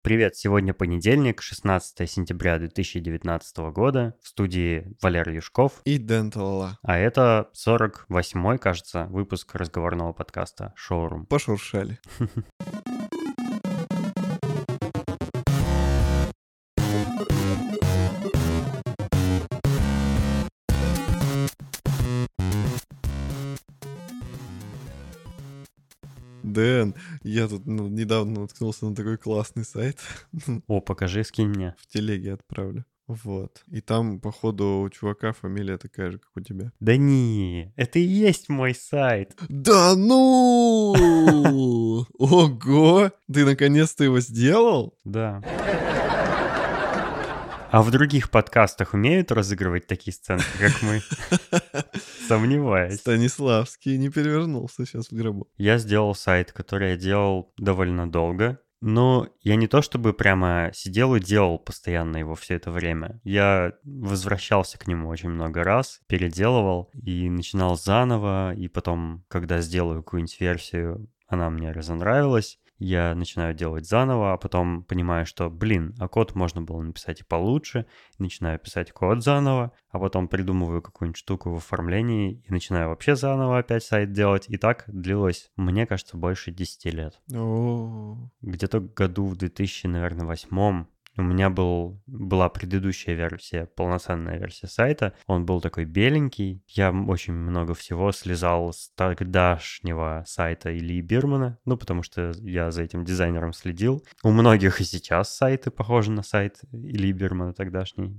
Привет, сегодня понедельник, 16 сентября 2019 года, в студии Валерий Юшков, И Дентала. а это 48-й, кажется, выпуск разговорного подкаста «Шоурум». Пошуршали. Дэн, я тут недавно наткнулся на такой классный сайт. О, покажи, скинь мне. В телеге отправлю. Вот. И там, походу, у чувака фамилия такая же, как у тебя. Да не, это и есть мой сайт. Да ну! Ого! Ты наконец-то его сделал? Да. А в других подкастах умеют разыгрывать такие сценки, как мы? Сомневаюсь. Станиславский не перевернулся сейчас в гробу. Я сделал сайт, который я делал довольно долго. Но я не то чтобы прямо сидел и делал постоянно его все это время. Я возвращался к нему очень много раз, переделывал и начинал заново. И потом, когда сделаю какую-нибудь версию, она мне разонравилась, я начинаю делать заново, а потом понимаю, что, а код можно было написать и получше. Начинаю писать код заново, а потом придумываю какую-нибудь штуку в оформлении и начинаю вообще заново опять сайт делать. И так длилось, мне кажется, больше 10 лет. О, Где-то году в 2008 у меня была предыдущая версия, полноценная версия сайта. Он был такой беленький. Я очень много всего слезал с тогдашнего сайта Ильи Бирмана, потому что я за этим дизайнером следил. У многих и сейчас сайты похожи на сайт Ильи Бирмана тогдашний.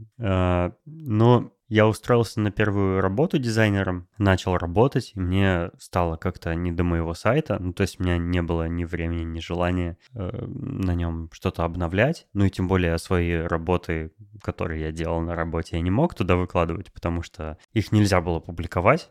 Но я устроился на первую работу дизайнером, начал работать, и мне стало как-то не до моего сайта. То есть у меня не было ни времени, ни желания на нем что-то обновлять. И тем более свои работы, которые я делал на работе, я не мог туда выкладывать, потому что их нельзя было публиковать,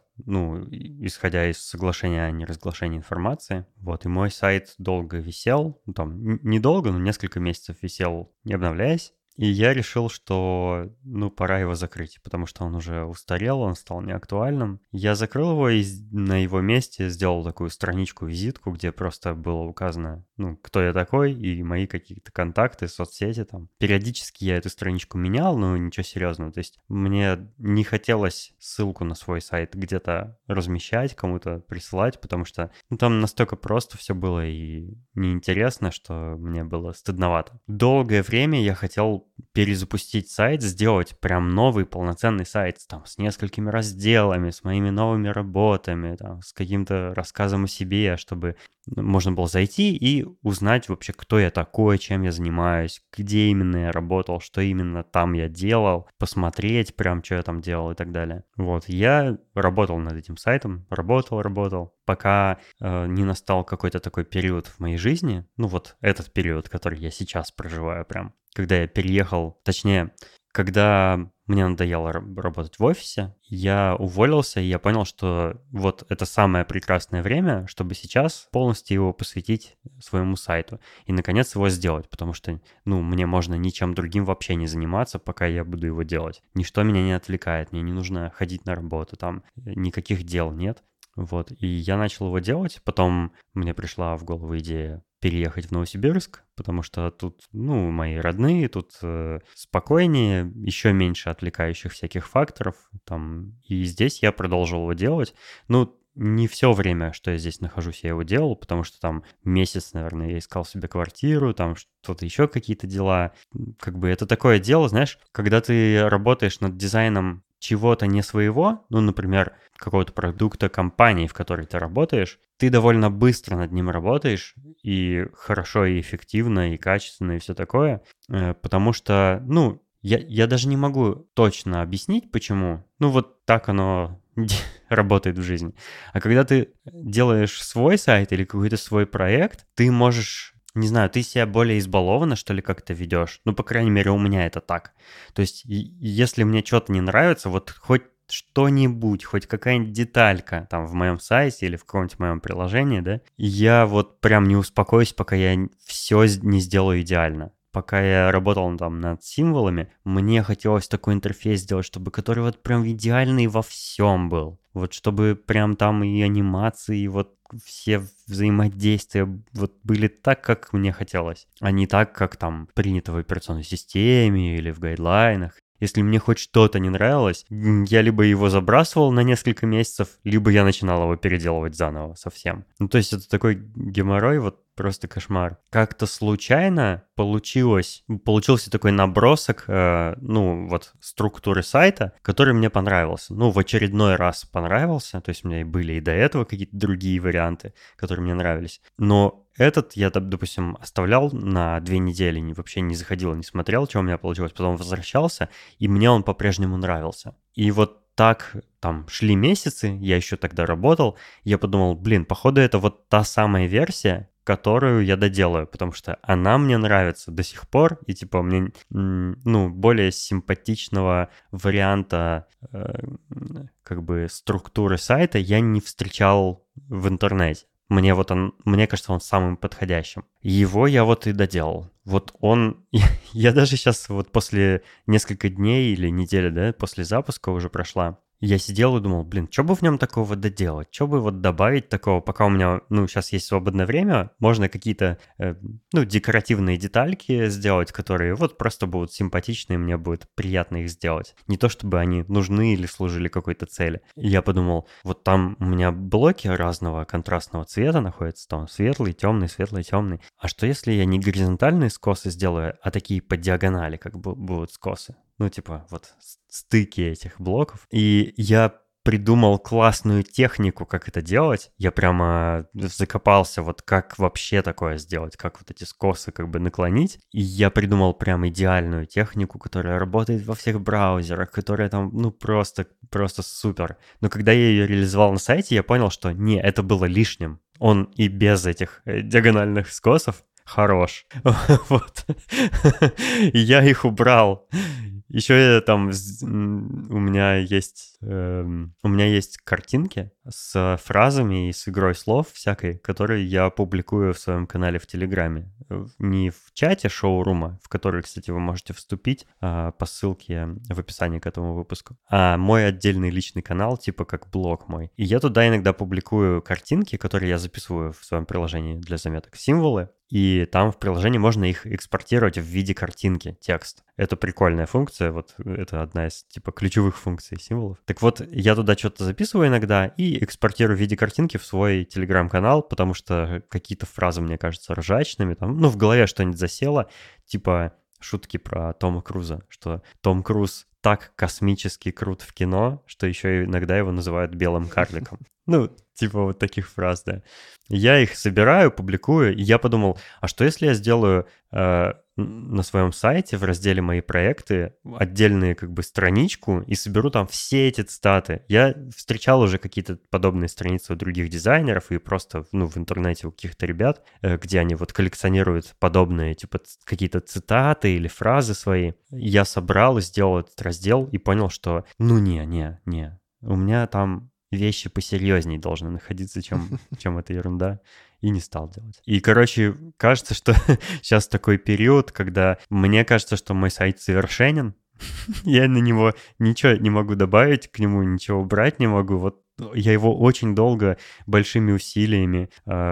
исходя из соглашения о неразглашении информации. И мой сайт долго висел, недолго, но несколько месяцев висел, не обновляясь. И я решил, что, пора его закрыть, потому что он уже устарел, он стал неактуальным. Я закрыл его и на его месте сделал такую страничку-визитку, где просто было указано, кто я такой и мои какие-то контакты, соцсети там. Периодически я эту страничку менял, но ничего серьезного. То есть мне не хотелось ссылку на свой сайт где-то размещать, кому-то присылать, потому что там настолько просто все было и неинтересно, что мне было стыдновато. Долгое время я хотел перезапустить сайт, сделать прям новый полноценный сайт там с несколькими разделами, с моими новыми работами, там, с каким-то рассказом о себе, чтобы можно было зайти и узнать вообще, кто я такой, чем я занимаюсь, где именно я работал, что именно там я делал, посмотреть прям, что я там делал и так далее. Я работал над этим сайтом, работал, пока не настал какой-то такой период в моей жизни, этот период, который я сейчас проживаю прям, когда я переехал, точнее, когда мне надоело работать в офисе, я уволился, и я понял, что это самое прекрасное время, чтобы сейчас полностью его посвятить своему сайту и, наконец, его сделать, потому что, мне можно ничем другим вообще не заниматься, пока я буду его делать. Ничто меня не отвлекает, мне не нужно ходить на работу, там никаких дел нет. И я начал его делать, потом мне пришла в голову идея переехать в Новосибирск, потому что тут, мои родные, тут спокойнее, еще меньше отвлекающих всяких факторов, там, и здесь я продолжил его делать. Не все время, что я здесь нахожусь, я его делал, потому что там месяц, наверное, я искал себе квартиру, там что-то еще какие-то дела. Это такое дело, знаешь, когда ты работаешь над дизайном чего-то не своего, например, какого-то продукта компании, в которой ты работаешь, ты довольно быстро над ним работаешь, и хорошо, и эффективно, и качественно, и все такое, потому что, я даже не могу точно объяснить, почему. Так оно работает в жизни. А когда ты делаешь свой сайт или какой-то свой проект, ты можешь... Не знаю, ты себя более избалованно, что ли, как-то ведешь. По крайней мере, у меня это так. То есть, если мне что-то не нравится, хоть что-нибудь, хоть какая-нибудь деталька там в моем сайте или в каком-нибудь моем приложении, да, я прям не успокоюсь, пока я все не сделаю идеально. Пока я работал там над символами, мне хотелось такой интерфейс сделать, который прям идеальный во всем был. Чтобы прям там и анимации, и все взаимодействия вот были так, как мне хотелось, а не так, как там принято в операционной системе или в гайдлайнах. Если мне хоть что-то не нравилось, я либо его забрасывал на несколько месяцев, либо я начинал его переделывать заново совсем. Ну, то есть это такой геморрой, вот просто кошмар. Как-то случайно получился такой набросок, ну, вот структуры сайта, который мне понравился. Ну, в очередной раз понравился, то есть у меня были и до этого какие-то другие варианты, которые мне нравились. Но этот я, допустим, оставлял на 2 недели, вообще не заходил, не смотрел, что у меня получилось, потом возвращался, и мне он по-прежнему нравился. И вот так там шли месяцы, я еще тогда работал, я подумал, блин, походу это вот та самая версия, которую я доделаю, потому что она мне нравится до сих пор, и типа мне, ну, более симпатичного варианта как бы структуры сайта я не встречал в интернете. Мне кажется, он самым подходящим. Его я вот и доделал. Вот он, я даже сейчас вот после нескольких дней или недели, да, после запуска уже прошла, я сидел и думал, блин, что бы в нем такого доделать? Что бы вот добавить такого, пока у меня, ну, сейчас есть свободное время, можно какие-то, ну, декоративные детальки сделать, которые вот просто будут симпатичные, мне будет приятно их сделать. Не то, чтобы они нужны или служили какой-то цели. И я подумал, вот там у меня блоки разного контрастного цвета находятся, там светлый, темный. А что если я не горизонтальные скосы сделаю, а такие по диагонали как бы будут скосы? Ну, типа, вот стыки этих блоков. И я придумал классную технику, как это делать. Я прямо закопался, вот как вообще такое сделать, как вот эти скосы как бы наклонить. И я придумал прям идеальную технику, которая работает во всех браузерах, которая там, ну, просто супер. Но когда я ее реализовал на сайте, я понял, что не, это было лишним. Он и без этих диагональных скосов хорош. Вот. И я их убрал. Еще там у меня есть картинки с фразами и с игрой слов всякой, которые я публикую в своем канале в Телеграме. Не в чате шоурума, в который, кстати, вы можете вступить по ссылке в описании к этому выпуску, а мой отдельный личный канал, типа как блог мой. И я туда иногда публикую картинки, которые я записываю в своем приложении для заметок, символы, и там в приложении можно их экспортировать в виде картинки, текст. Это прикольная функция, вот это одна из типа ключевых функций символов. Так вот, я туда что-то записываю иногда и экспортирую в виде картинки в свой телеграм-канал, потому что какие-то фразы мне кажутся ржачными, там, ну, в голове что-нибудь засело, типа шутки про Тома Круза, что Том Круз так космически крут в кино, что еще иногда его называют белым карликом. Ну, типа вот таких фраз, да. Я их собираю, публикую, и я подумал, а что если я сделаю на своем сайте в разделе «Мои проекты» отдельную как бы страничку и соберу там все эти цитаты. Я встречал уже какие-то подобные страницы у других дизайнеров и просто, ну, в интернете у каких-то ребят, где они вот коллекционируют подобные, типа, какие-то цитаты или фразы свои. Я собрал и сделал этот раздел и понял, что, ну, не, у меня там вещи посерьезней должны находиться, чем эта ерунда, и не стал делать. И, короче, кажется, что сейчас такой период, когда мне кажется, что мой сайт совершенен, я на него ничего не могу добавить, к нему ничего убрать не могу, вот я его очень долго, большими усилиями,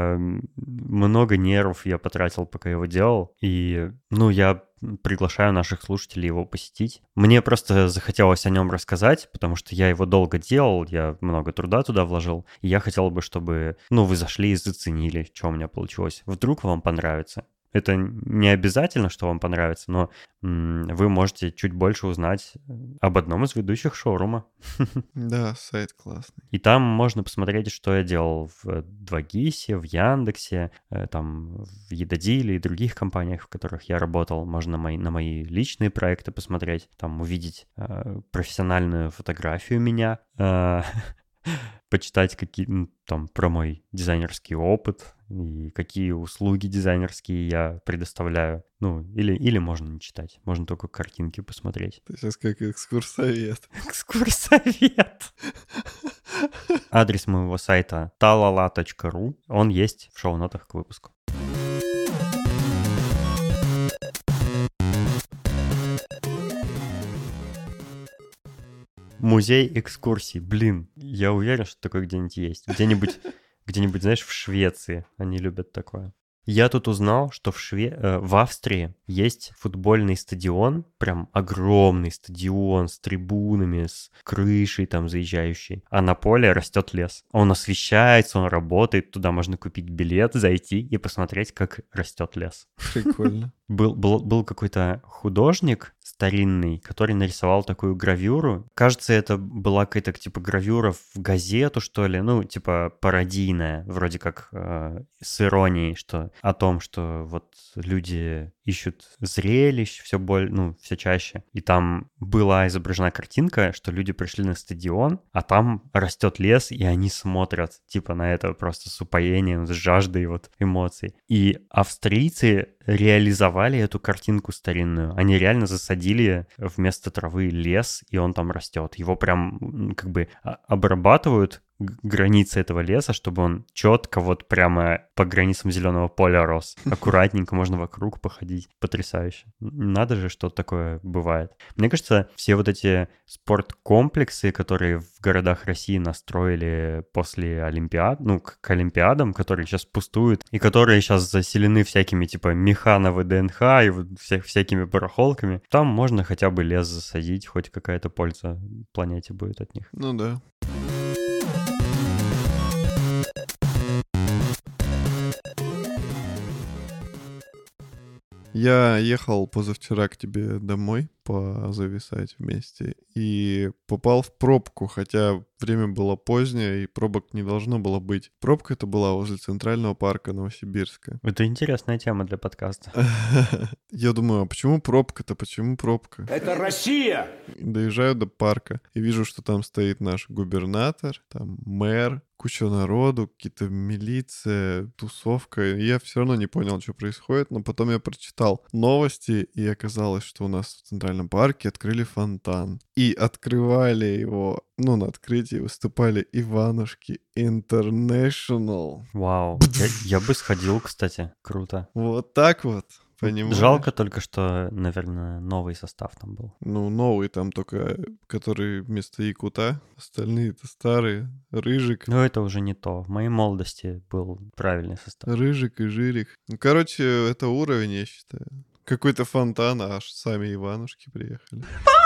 много нервов я потратил, пока его делал, и, ну, я приглашаю наших слушателей его посетить. Мне просто захотелось о нем рассказать, потому что я его долго делал, я много труда туда вложил, и я хотел бы, чтобы, ну, вы зашли и заценили, что у меня получилось. Вдруг вам понравится. Это не обязательно, что вам понравится, но вы можете чуть больше узнать об одном из ведущих шоурума. Да, сайт классный. И там можно посмотреть, что я делал в 2GIS, в Яндексе, там в Едодиле и других компаниях, в которых я работал. Можно на мои личные проекты посмотреть, там увидеть профессиональную фотографию меня, почитать там про мой дизайнерский опыт и какие услуги дизайнерские я предоставляю. Ну, или можно не читать, можно только картинки посмотреть. Ты сейчас как экскурсовед. Экскурсовед! Адрес моего сайта talala.ru, он есть в шоу-нотах к выпуску. Музей экскурсий. Блин, я уверен, что такой где-нибудь есть. Где-нибудь где-нибудь, знаешь, в Швеции. Они любят такое. Я тут узнал, что в Австрии есть футбольный стадион, прям огромный стадион с трибунами, с крышей там заезжающей, а на поле растет лес. Он освещается, он работает, туда можно купить билет, зайти и посмотреть, как растет лес. Прикольно. Был какой-то художник старинный, который нарисовал такую гравюру. Кажется, это была какая-то типа гравюра в газету, что ли, ну, типа пародийная, вроде как с иронией, что о том, что вот люди ищут зрелищ все чаще. И там была изображена картинка, что люди пришли на стадион, а там растет лес, и они смотрят типа на это просто с упоением, с жаждой вот эмоций. И австрийцы реализовали эту картинку старинную. Они реально засадили вместо травы лес, и он там растет. Его прям как бы обрабатывают границы этого леса, чтобы он четко вот прямо по границам зеленого поля рос. Аккуратненько, можно вокруг походить. Потрясающе. Надо же, что такое бывает. Мне кажется, все вот эти спорткомплексы, которые в городах России настроили после Олимпиад, ну, к Олимпиадам, которые сейчас пустуют, и которые сейчас заселены всякими типа механо ВДНХ и вот всякими барахолками, там можно хотя бы лес засадить, хоть какая-то польза планете будет от них. Ну да. Я ехал позавчера к тебе домой позависать вместе и попал в пробку, хотя время было позднее и пробок не должно было быть. Пробка это была возле Центрального парка Новосибирска. Это интересная тема для подкаста. Я думаю, а почему пробка-то, почему пробка? Это Россия! Доезжаю до парка и вижу, что там стоит наш губернатор, там мэр, куча народу, какие-то милиция, тусовка. И я все равно не понял, что происходит, но потом я прочитал новости, и оказалось, что у нас в Центральном парке открыли фонтан. И открывали его, ну, на открытии выступали Иванушки International. Вау, я бы сходил, кстати, круто. Вот так вот. Понимаешь? Жалко только, что, наверное, новый состав там был. Ну, новый там только, который вместо Якута. Остальные-то старые. Рыжик. Но это уже не то. В моей молодости был правильный состав. Рыжик и Жирик. Ну, короче, это уровень, я считаю. Какой-то фонтан, а аж сами Иванушки приехали.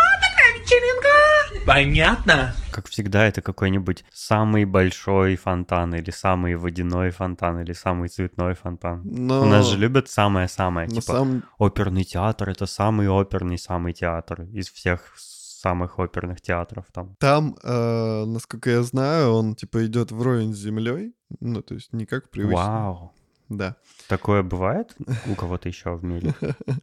Понятно? Как всегда, это какой-нибудь самый большой фонтан, или самый водяной фонтан, или самый цветной фонтан. Но У нас же любят самое-самое. на Типа, оперный театр — это самый оперный самый театр из всех самых оперных театров там. Там, насколько я знаю, он типа идет вровень с землей. Ну, то есть не как привычно. Вау. Да. Такое бывает у кого-то еще в мире?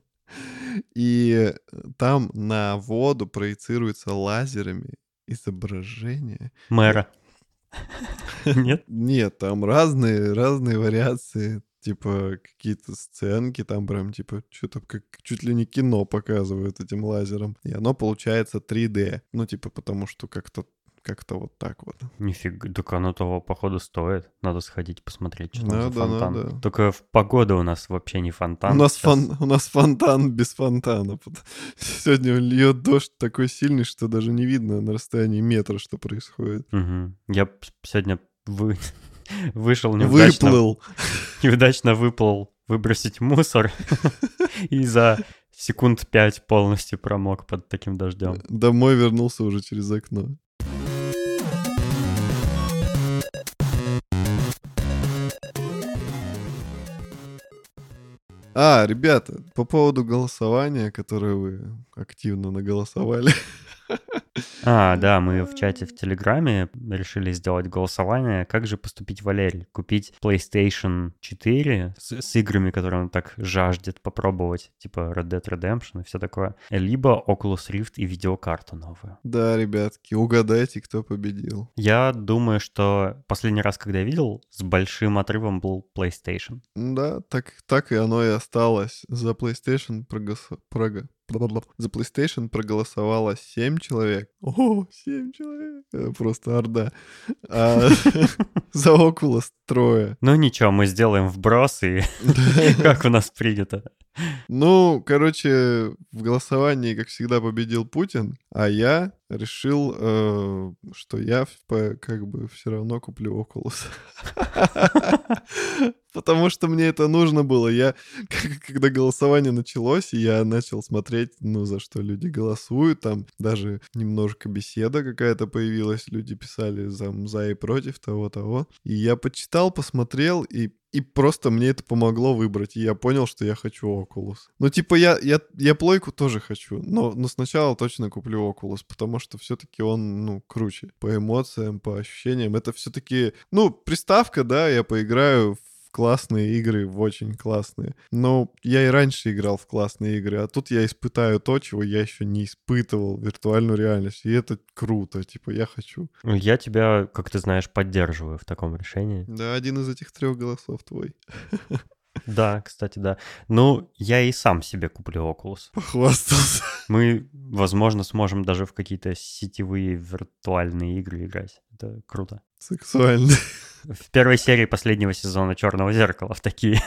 И там на воду проецируются лазерами изображения. Мэра. Нет? Нет, там разные вариации, типа какие-то сценки, там прям типа что-то как чуть ли не кино показывают этим лазером. И оно получается 3D. Ну, типа потому что как-то вот так вот. Нифига, так оно того, походу, стоит. Надо сходить посмотреть, что там за Надо, фонтан. надо. Только погода у нас вообще не фонтан. У нас фонтан без фонтана. Сегодня льет дождь такой сильный, что даже не видно на расстоянии метра, что происходит. Угу. Я сегодня вышел Выплыл. неудачно выплыл выбросить мусор и за секунд 5 полностью промок под таким дождем. Домой вернулся уже через окно. Ребята, по поводу голосования, которое вы активно наголосовали. Да, мы в чате в Телеграме решили сделать голосование. Как же поступить Валерий? Купить PlayStation 4 с играми, которые он так жаждет попробовать, типа Red Dead Redemption и все такое. Либо Oculus Rift и видеокарту новую. Да, ребятки, угадайте, кто победил. Я думаю, что последний раз, когда я видел, с большим отрывом был PlayStation. Да, так и оно и осталось. За PlayStation за PlayStation проголосовало 7 человек. О, 7 человек. Просто орда. А за Oculus трое. Ну ничего, мы сделаем вброс, и как у нас принято. Ну, короче, в голосовании, как всегда, победил Путин, а я решил, что я как бы все равно куплю Oculus. Потому что мне это нужно было. Когда голосование началось, и я начал смотреть, ну, за что люди голосуют, там даже немножко беседа какая-то появилась, люди писали за и против того. И я почитал, посмотрел, и просто мне это помогло выбрать. И я понял, что я хочу Oculus. Ну, типа, я плойку тоже хочу, но сначала точно куплю Oculus, потому что все-таки он, ну, круче. По эмоциям, по ощущениям. Это все-таки, ну, приставка, да, я поиграю в классные игры, в очень классные. Но я и раньше играл в классные игры, а тут я испытаю то, чего я еще не испытывал, виртуальную реальность. И это круто, типа, я хочу. Я тебя, как ты знаешь, поддерживаю в таком решении. Да, один из этих 3 голосов твой. Да, кстати, да. Ну, я и сам себе куплю Oculus. Похвастался. Мы, возможно, сможем даже в какие-то сетевые виртуальные игры играть. Это круто. Сексуально. В первой серии последнего сезона «Черного зеркала» в такие.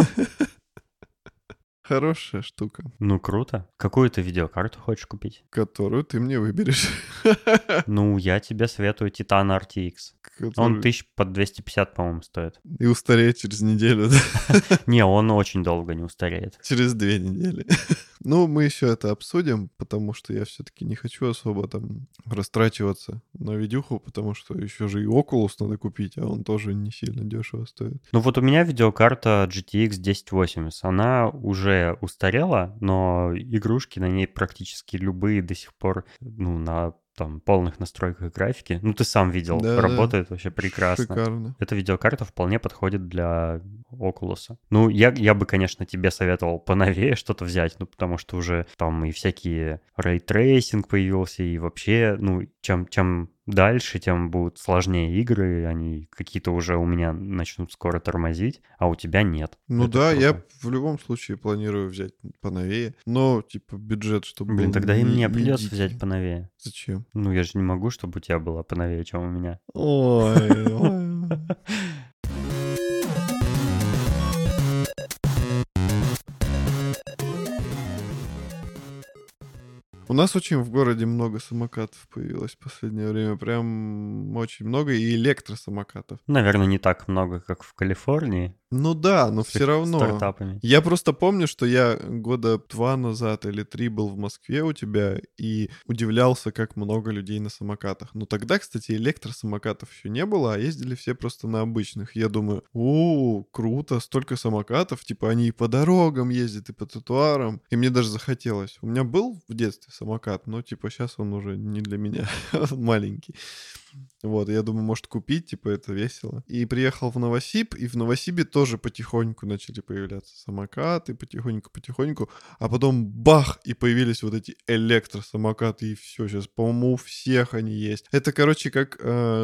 Хорошая штука, Ну, круто. Какую ты видеокарту хочешь купить? которую ты мне выберешь. Ну, я тебе советую Titan RTX. Он Который 1250, по-моему, стоит. и устареет через неделю, да? Не, он очень долго не устареет. Через 2 недели. Ну, мы еще это обсудим, потому что я все-таки не хочу особо там растрачиваться на видюху, потому что еще же и Oculus надо купить, а он тоже не сильно дешево стоит. Ну вот у меня видеокарта GTX 1080. Она уже устарела, но игрушки на ней практически любые до сих пор, ну, на там полных настройках графики. Ну, ты сам видел, Да, работает вообще прекрасно. Шикарно. Эта видеокарта вполне подходит для Oculus. Ну, я бы, конечно, тебе советовал поновее что-то взять, ну, потому что уже там и всякие рейтрейсинг появился, и вообще, ну, чем дальше, тем будут сложнее игры, они какие-то уже у меня начнут скоро тормозить, а у тебя нет. Ну Это да, круто. я в любом случае планирую взять поновее, но типа бюджет, чтобы Блин, был тогда и не- мне не придется дикий. взять поновее. Зачем? Ну, я же не могу, чтобы у тебя была поновее, чем у меня. Ой. У нас очень в городе много самокатов появилось в последнее время. Прям очень много. И электросамокатов. Наверное, не так много, как в Калифорнии. Ну да, но с все их равно. стартапами. Я просто помню, что я года 2 назад или 3 был в Москве у тебя и удивлялся, как много людей на самокатах. Но тогда, кстати, электросамокатов еще не было, а ездили все просто на обычных. Я думаю, круто, столько самокатов, типа они и по дорогам ездят, и по тротуарам. И мне даже захотелось. У меня был в детстве самокат, но типа сейчас он уже не для меня, он маленький. Вот, я думаю, может купить, типа это весело. И приехал в Новосиб, и в Новосибе тоже потихоньку начали появляться самокаты, потихоньку, а потом бах, и появились вот эти электросамокаты, и все, сейчас, по-моему, у всех они есть. Это, короче, как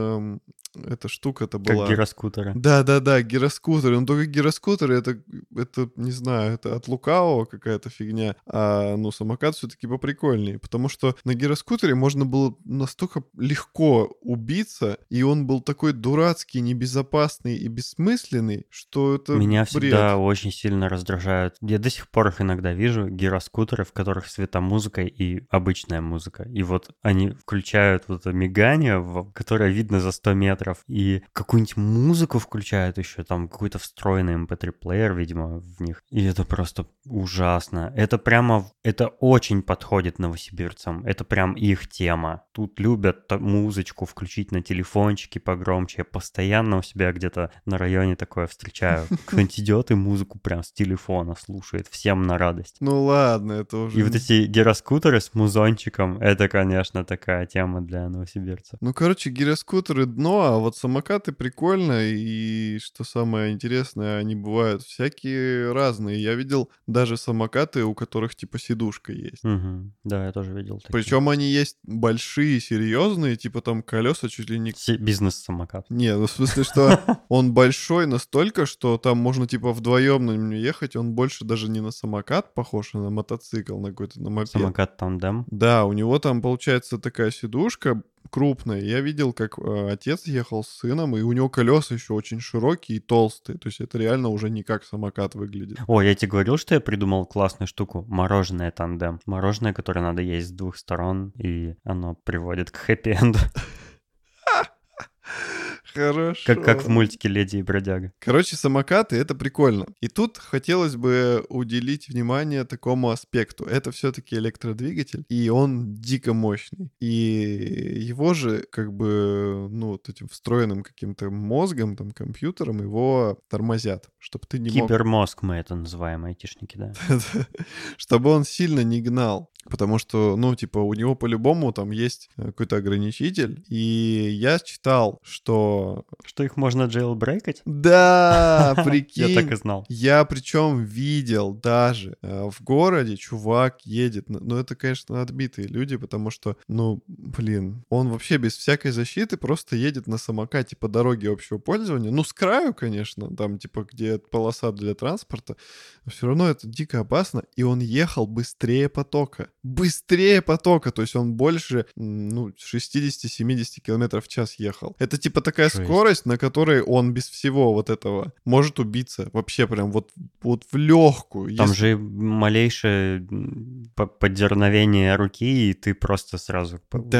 эта штука-то была. Как гироскутеры. Да, гироскутеры. Но только гироскутеры это, не знаю, это от лукавого какая-то фигня. А, ну, самокат все-таки поприкольнее. Потому что на гироскутере можно было настолько легко убиться, и он был такой дурацкий, небезопасный и бессмысленный, что это Меня бред. всегда очень сильно раздражают. Я до сих пор их иногда вижу, гироскутеры, в которых светомузыка и обычная музыка. И вот они включают вот это мигание, которое видно за 100 метров, и какую-нибудь музыку включают еще, там какой-то встроенный MP3-плеер, видимо, в них. И это просто ужасно. Это прямо, это очень подходит новосибирцам. Это прям их тема. Тут любят музычку включить на телефончике погромче. Я постоянно у себя где-то на районе такое встречаю. Кто-нибудь идет и музыку прям с телефона слушает. Всем на радость. Ну ладно, это уже... И вот эти гироскутеры с музончиком, это, конечно, такая тема для новосибирцев. Ну, короче, гироскутеры дно, а вот самокаты прикольно, и что самое интересное, они бывают всякие разные. Я видел даже самокаты, у которых типа сидушка есть. Угу. Да, я тоже видел такие. Причем они есть большие, серьезные, типа там колеса чуть ли не... Бизнес-самокат. Не, ну в смысле, что он большой настолько, что там можно типа вдвоем на нем ехать, он больше даже не на самокат похож, а на мотоцикл, на какой-то, на мопед. Самокат тандем. Да, у него там получается такая сидушка, крупное. Я видел, как отец ехал с сыном, и у него колеса еще очень широкие и толстые. То есть это реально уже не как самокат выглядит. О, я тебе говорил, что я придумал классную штуку. Мороженое тандем. Мороженое, которое надо есть с двух сторон, и оно приводит к хэппи-энду. Хорошо. Как в мультике «Леди и бродяга». Короче, самокаты — это прикольно. И тут хотелось бы уделить внимание такому аспекту. Это все-таки электродвигатель, и он дико мощный. И его же как бы, ну, вот этим встроенным каким-то мозгом, там, компьютером его тормозят, чтобы ты не мог... Кибермозг мы это называем, айтишники, да. Чтобы он сильно не гнал. Потому что, ну, типа, у него по-любому там есть какой-то ограничитель. И я читал, что... Что их можно джейлбрейкать? Да, прикинь. Я так и знал. Я причем видел даже в городе чувак едет. Ну, это, конечно, отбитые люди, потому что, ну, блин, он вообще без всякой защиты просто едет на самокате по дороге общего пользования. Ну, с краю, конечно, там, типа, где полоса для транспорта. Но все равно это дико опасно. И он ехал быстрее потока. Быстрее потока. То есть он больше, ну, 60-70 км в час ехал. Это, типа, такая скорость, на которой он без всего вот этого может убиться. Вообще прям вот в легкую. Там же малейшее поддерновение руки, и ты просто сразу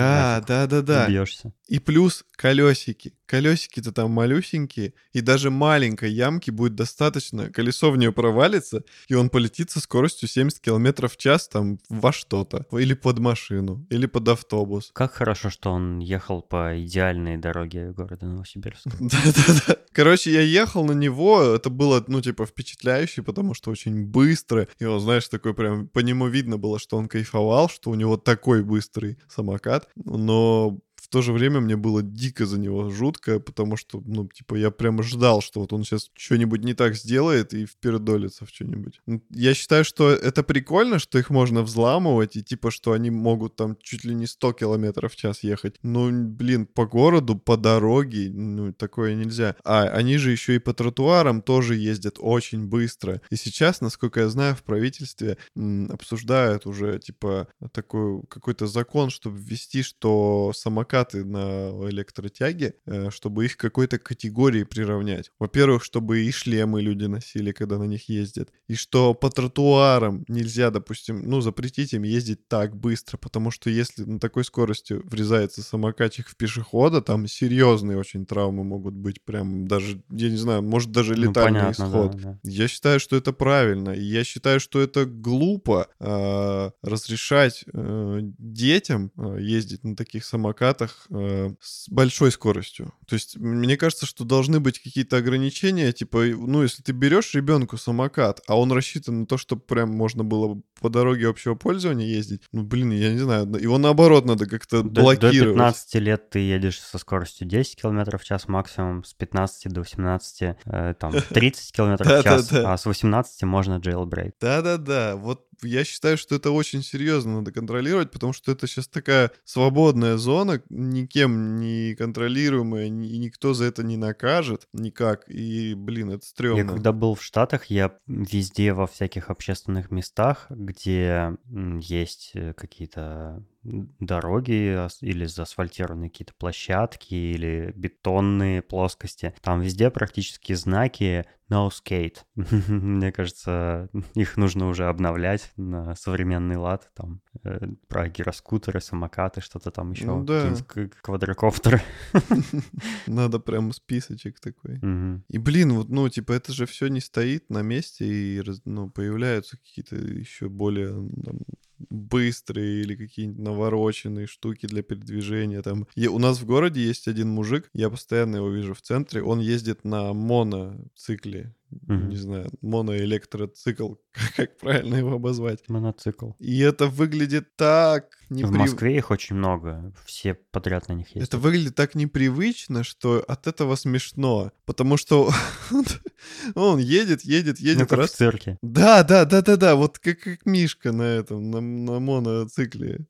бьешься. И плюс колесики. Колесики-то там малюсенькие, и даже маленькой ямки будет достаточно. Колесо в нее провалится, и он полетит со скоростью 70 км в час там во что-то. Или под машину, или под автобус. Как хорошо, что он ехал по идеальной дороге города Новосибирска. Да-да-да. Короче, я ехал на него, это было, ну, типа, впечатляюще, потому что очень быстро. И он, знаешь, такой прям, по нему видно было, что он кайфовал, что у него такой быстрый самокат. Но в то же время мне было дико за него жутко, потому что, ну, типа, я прямо ждал, что вот он сейчас что-нибудь не так сделает и впердолится в что-нибудь. Я считаю, что это прикольно, что их можно взламывать, и типа, что они могут там чуть ли не 100 км в час ехать. Ну, блин, по городу, по дороге, ну, такое нельзя. А они же еще и по тротуарам тоже ездят очень быстро. И сейчас, насколько я знаю, в правительстве обсуждают уже, типа, такой какой-то закон, чтобы ввести, что самокаты на электротяге, чтобы их к какой-то категории приравнять. Во-первых, чтобы и шлемы люди носили, когда на них ездят. И что по тротуарам нельзя, допустим, ну, запретить им ездить так быстро, потому что если на такой скорости врезается самокатчик в пешехода, там серьезные очень травмы могут быть. Прям даже, я не знаю, может даже летальный исход. Да. Я считаю, что это правильно. И я считаю, что это глупо разрешать детям ездить на таких самокатах с большой скоростью. То есть мне кажется, что должны быть какие-то ограничения, типа, ну, если ты берешь ребенку самокат, а он рассчитан на то, чтобы прям можно было по дороге общего пользования ездить, ну, блин, я не знаю, его наоборот надо как-то блокировать. До 15 лет ты едешь со скоростью 10 км в час максимум, с 15 до 18 там 30 км в час, а с 18 можно jailbreak. Да-да-да, вот я считаю, что это очень серьезно надо контролировать, потому что это сейчас такая свободная зона, никем не контролируемая, и никто за это не накажет никак, и, блин, это стрёмно. Я когда был в Штатах, я везде во всяких общественных местах, где есть какие-то дороги или заасфальтированные какие-то площадки или бетонные плоскости. Там везде практически знаки «No skate». Мне кажется, их нужно уже обновлять на современный лад. Там про гироскутеры, самокаты, что-то там еще. Ну, да. Квадрокоптеры. Надо прям списочек такой. И, блин, вот, ну, типа, это же все не стоит на месте, и, ну, появляются какие-то еще более там, быстрые или какие-нибудь навороченные штуки для передвижения. Там. У нас в городе есть один мужик, я постоянно его вижу в центре, он ездит на моноцикле. Не знаю, моноэлектроцикл, как правильно его обозвать. Моноцикл. И это выглядит так В Москве их очень много, все подряд на них ездят. Это выглядит так непривычно, что от этого смешно, потому что он едет. Ну, как раз... в цирке. Да, вот как Мишка на этом, на моноцикле.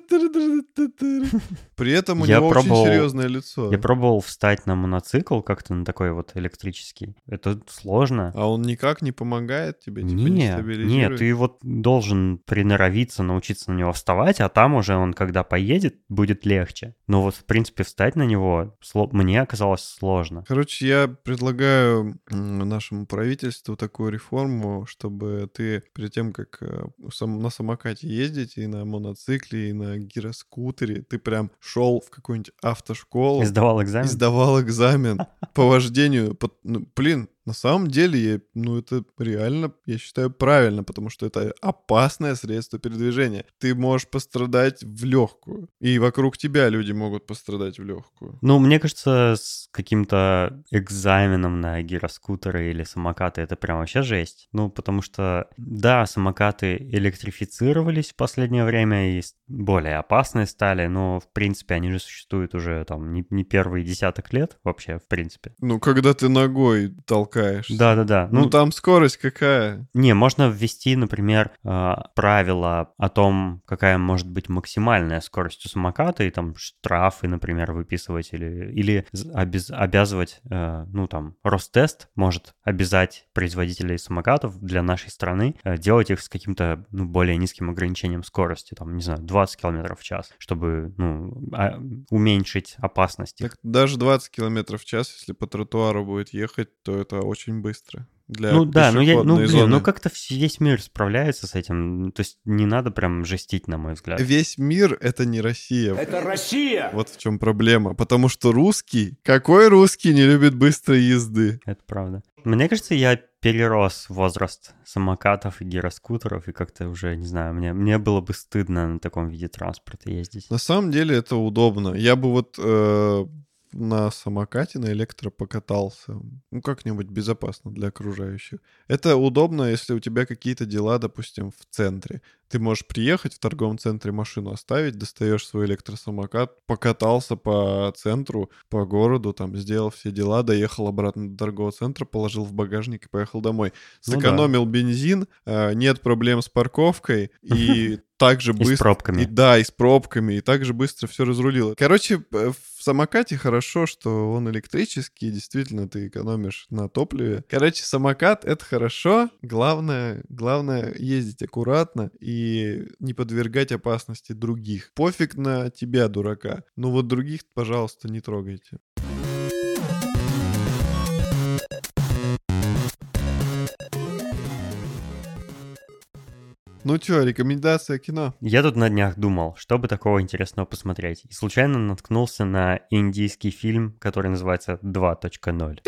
При этом у него очень серьезное лицо. Я пробовал встать на моноцикл как-то на такой вот электрический. Это сложно. сложно. А он никак не помогает тебе, типа не Нет, стабилизирует? ты вот должен приноровиться, научиться на него вставать, а там уже он, когда поедет, будет легче. Но вот, в принципе, встать на него мне оказалось сложно. Короче, я предлагаю нашему правительству такую реформу, чтобы ты перед тем, как на самокате ездить, и на моноцикле, и на гироскутере, ты прям шел в какую-нибудь автошколу, И сдавал экзамен? и сдавал экзамен по вождению. Блин, на самом деле, это реально, я считаю, правильно, потому что это опасное средство передвижения. Ты можешь пострадать в легкую, и вокруг тебя люди могут пострадать в легкую. Ну, мне кажется, с каким-то экзаменом на гироскутеры или самокаты это прям вообще жесть. Ну, потому что, да, самокаты электрифицировались в последнее время и более опасные стали, но, в принципе, они же существуют уже там не первый десяток лет вообще, в принципе. Ну, когда ты ногой толкаешься. Да-да-да. Ну, там скорость какая? Не, можно ввести, например, правила о том, какая может быть максимальная скорость у самоката, и там штрафы, например, выписывать, или обязывать, Ростест может обязать производителей самокатов для нашей страны делать их с каким-то, более низким ограничением скорости, там, не знаю, 20 км в час, чтобы, уменьшить опасность их. Так даже 20 км в час, если по тротуару будет ехать, то это очень быстро. Для пешеходной зоны. Как-то весь мир справляется с этим. То есть не надо прям жестить, на мой взгляд. Весь мир — это не Россия. Это Россия! Вот в чем проблема. Потому что какой русский не любит быстрой езды? Это правда. Мне кажется, я перерос возраст самокатов и гироскутеров, и как-то уже, не знаю, мне было бы стыдно на таком виде транспорта ездить. На самом деле это удобно. Я бы на самокате, на электро покатался. Как-нибудь безопасно для окружающих. Это удобно, если у тебя какие-то дела, допустим, в центре. Ты можешь приехать в торговом центре, машину оставить, достаешь свой электросамокат, покатался по центру, по городу, там, сделал все дела, доехал обратно до торгового центра, положил в багажник и поехал домой. Сэкономил бензин, нет проблем с парковкой, и также быстро... И с пробками. И с пробками, и также быстро все разрулило. Короче, в самокате хорошо, что он электрический, действительно, ты экономишь на топливе. Короче, самокат — это хорошо, главное ездить аккуратно и не подвергать опасности других. Пофиг на тебя, дурака. Ну вот других, пожалуйста, не трогайте. Ну чё, рекомендация кино? Я тут на днях думал, что бы такого интересного посмотреть. И случайно наткнулся на индийский фильм, который называется 2.0.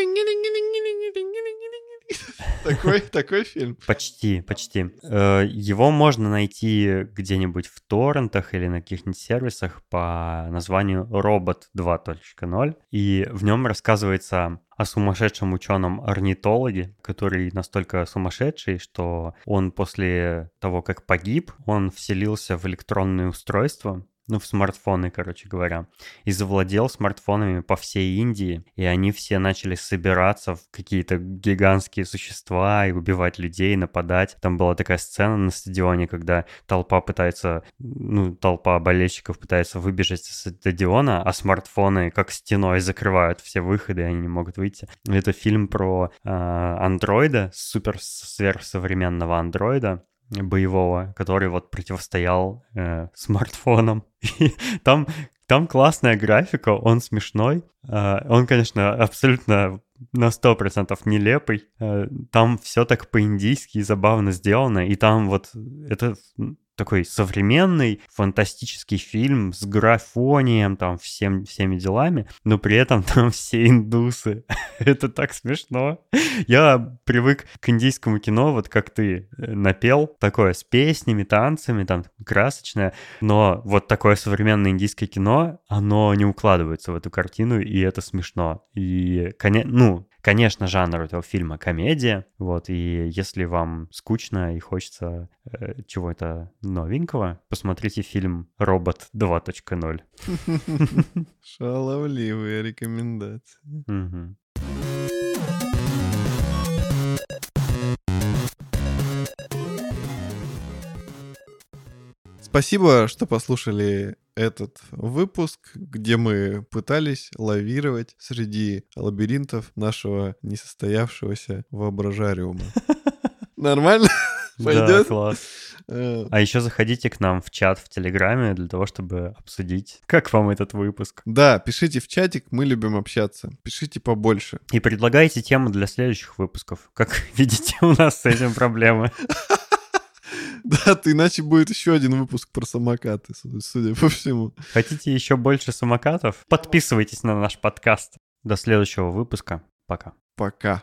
Такой фильм? Почти. Его можно найти где-нибудь в торрентах или на каких-нибудь сервисах по названию «Робот 2.0». И в нем рассказывается о сумасшедшем ученом-орнитологе, который настолько сумасшедший, что он после того, как погиб, он вселился в электронные устройства, в смартфоны, короче говоря, и завладел смартфонами по всей Индии, и они все начали собираться в какие-то гигантские существа и убивать людей, нападать. Там была такая сцена на стадионе, когда толпа болельщиков пытается выбежать с стадиона, а смартфоны как стеной закрывают все выходы, и они не могут выйти. Это фильм про андроида, сверхсовременного андроида, боевого, который вот противостоял смартфонам. И там классная графика, он смешной. Он, конечно, абсолютно на 100% нелепый. Там все так по-индийски и забавно сделано. И там вот это такой современный фантастический фильм с графонием, там всеми делами, но при этом там все индусы. Это так смешно. Я привык к индийскому кино, вот как ты напел, такое с песнями, танцами, там красочное, но вот такое современное индийское кино, оно не укладывается в эту картину, и это смешно. И, конечно, жанр этого фильма комедия, вот, и если вам скучно и хочется чего-то новенького, посмотрите фильм «Робот 2.0». Шаловливые рекомендации. Угу. Спасибо, что послушали этот выпуск, где мы пытались лавировать среди лабиринтов нашего несостоявшегося воображариума. Нормально? Да, Пойдет? класс. Э, А еще заходите к нам в чат в Телеграме для того, чтобы обсудить, как вам этот выпуск. Да, пишите в чатик, мы любим общаться. Пишите побольше. И предлагайте темы для следующих выпусков. Как видите, у нас с этим проблемы. Да, то иначе будет еще один выпуск про самокаты, судя по всему. Хотите еще больше самокатов? Подписывайтесь на наш подкаст. До следующего выпуска. Пока. Пока.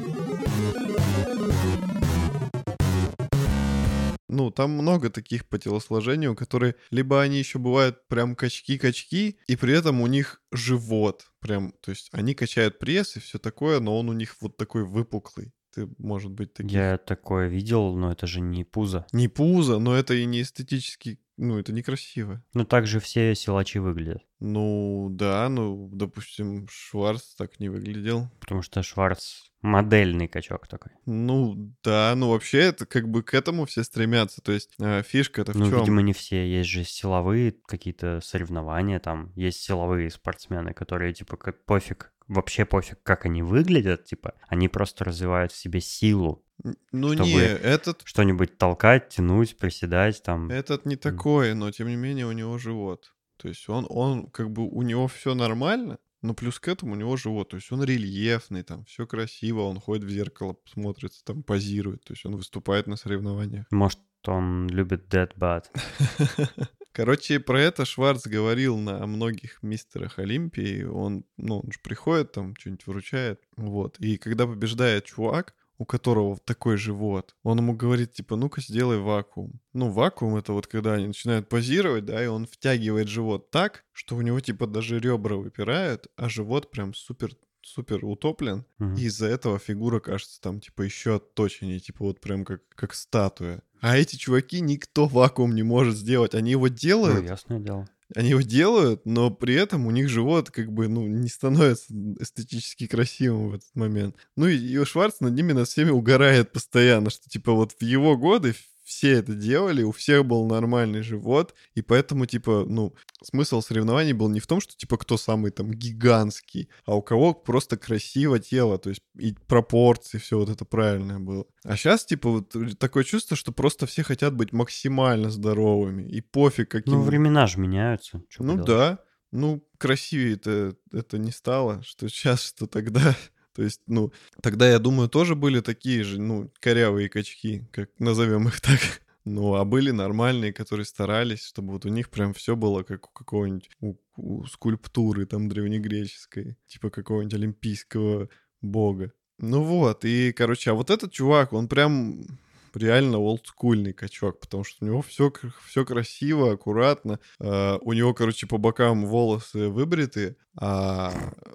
Ну, там много таких по телосложению, которые либо они еще бывают прям качки-качки, и при этом у них живот прям, то есть они качают пресс и все такое, но он у них вот такой выпуклый. Ты, может быть, таких... Я такое видел, но это же не пузо. Не пузо, но это и не эстетически, ну, это некрасиво. Ну, так же все силачи выглядят. Ну, да, ну, допустим, Шварц так не выглядел. Потому что Шварц модельный качок такой. Ну, да, ну, вообще это как бы к этому все стремятся. То есть фишка-то в Ну, чем? видимо, не все. Есть же силовые какие-то соревнования там. Есть силовые спортсмены, которые, типа, пофиг, вообще пофиг, как они выглядят, типа, они просто развивают в себе силу. Ну, чтобы не, этот Что-нибудь толкать, тянуть, приседать там. не такой, но тем не менее у него живот. То есть он как бы у него все нормально, но плюс к этому у него живот. То есть он рельефный, там все красиво, он ходит в зеркало, смотрится, там позирует. То есть он выступает на соревнованиях. Может, он любит dead butt. Короче, про это Шварц говорил на многих мистерах Олимпии. Он же приходит, там что-нибудь вручает. Вот. И когда побеждает чувак, у которого такой живот, он ему говорит, типа, ну-ка сделай вакуум. Ну, вакуум — это вот когда они начинают позировать, да, и он втягивает живот так, что у него, типа, даже ребра выпирают, а живот прям супер утоплен. Мгм. И из-за этого фигура кажется там, типа, еще отточеннее, типа, вот прям как статуя. А эти чуваки никто вакуум не может сделать. Они его Ну, делают, ясное дело. но при этом у них живот как бы, ну, не становится эстетически красивым в этот момент. Ну и Шварц над ними, над всеми угорает постоянно, что типа вот в его годы все это делали, у всех был нормальный живот, и поэтому, типа, ну, смысл соревнований был не в том, что, типа, кто самый там гигантский, а у кого просто красиво тело, то есть и пропорции, все вот это правильное было. А сейчас, типа, вот такое чувство, что просто все хотят быть максимально здоровыми, и пофиг каким... Ну, времена же меняются. Чё Ну поделаешь. да, ну, красивее это не стало, что сейчас, что тогда. То есть, ну, тогда, я думаю, тоже были такие же, ну, корявые качки, как назовем их так. Ну, а были нормальные, которые старались, чтобы вот у них прям все было как у какого-нибудь у скульптуры там древнегреческой, типа какого-нибудь олимпийского бога. Ну вот, и, короче, а вот этот чувак, он прям реально олдскульный качок, потому что у него все красиво, аккуратно. У него, короче, по бокам волосы выбриты, а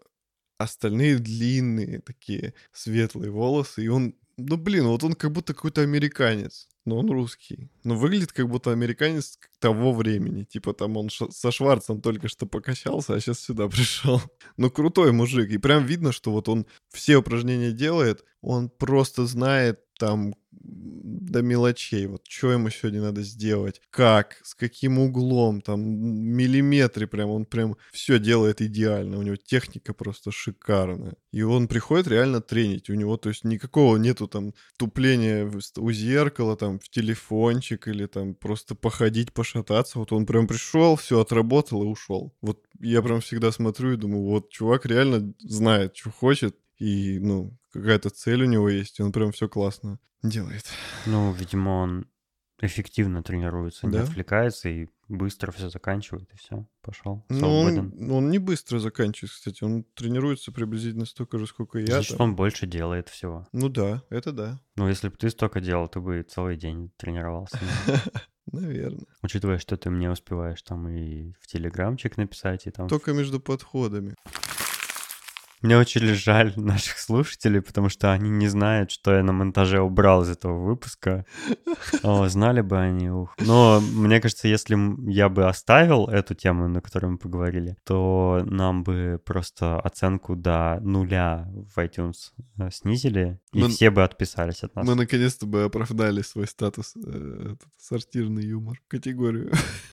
остальные длинные такие светлые волосы. И он, ну блин, вот он как будто какой-то американец, но он русский. Но выглядит как будто американец того времени. Типа там он со Шварцем только что покачался, а сейчас сюда пришел. Ну крутой мужик. И прям видно, что вот он все упражнения делает, он просто знает там до мелочей, вот что ему сегодня надо сделать, как, с каким углом, там миллиметры прям, он прям все делает идеально, у него техника просто шикарная. И он приходит реально тренить, у него, то есть никакого нету там тупления у зеркала, там в телефончик или там просто походить, пошататься, вот он прям пришел, все отработал и ушел. Вот я прям всегда смотрю и думаю, вот чувак реально знает, что хочет, и, ну, какая-то цель у него есть, и он прям все классно делает. Ну, видимо, он эффективно тренируется, не Да? отвлекается и быстро все заканчивает, и все, пошел, Ну, свободен. он не быстро заканчивает, кстати. Он тренируется приблизительно столько же, сколько и я. Значит, там. он больше делает всего. Ну да, это да. Ну, если бы ты столько делал, ты бы целый день тренировался. Наверное. Учитывая, что ты мне успеваешь там и в телеграмчик написать, и там... Только между подходами. Мне очень жаль наших слушателей, потому что они не знают, что я на монтаже убрал из этого выпуска. О, знали бы они, ух. Но мне кажется, если я бы оставил эту тему, на которой мы поговорили, то нам бы просто оценку до 0 в iTunes снизили, и все бы отписались от нас. Мы наконец-то бы оправдали свой статус, сортирный юмор, категорию.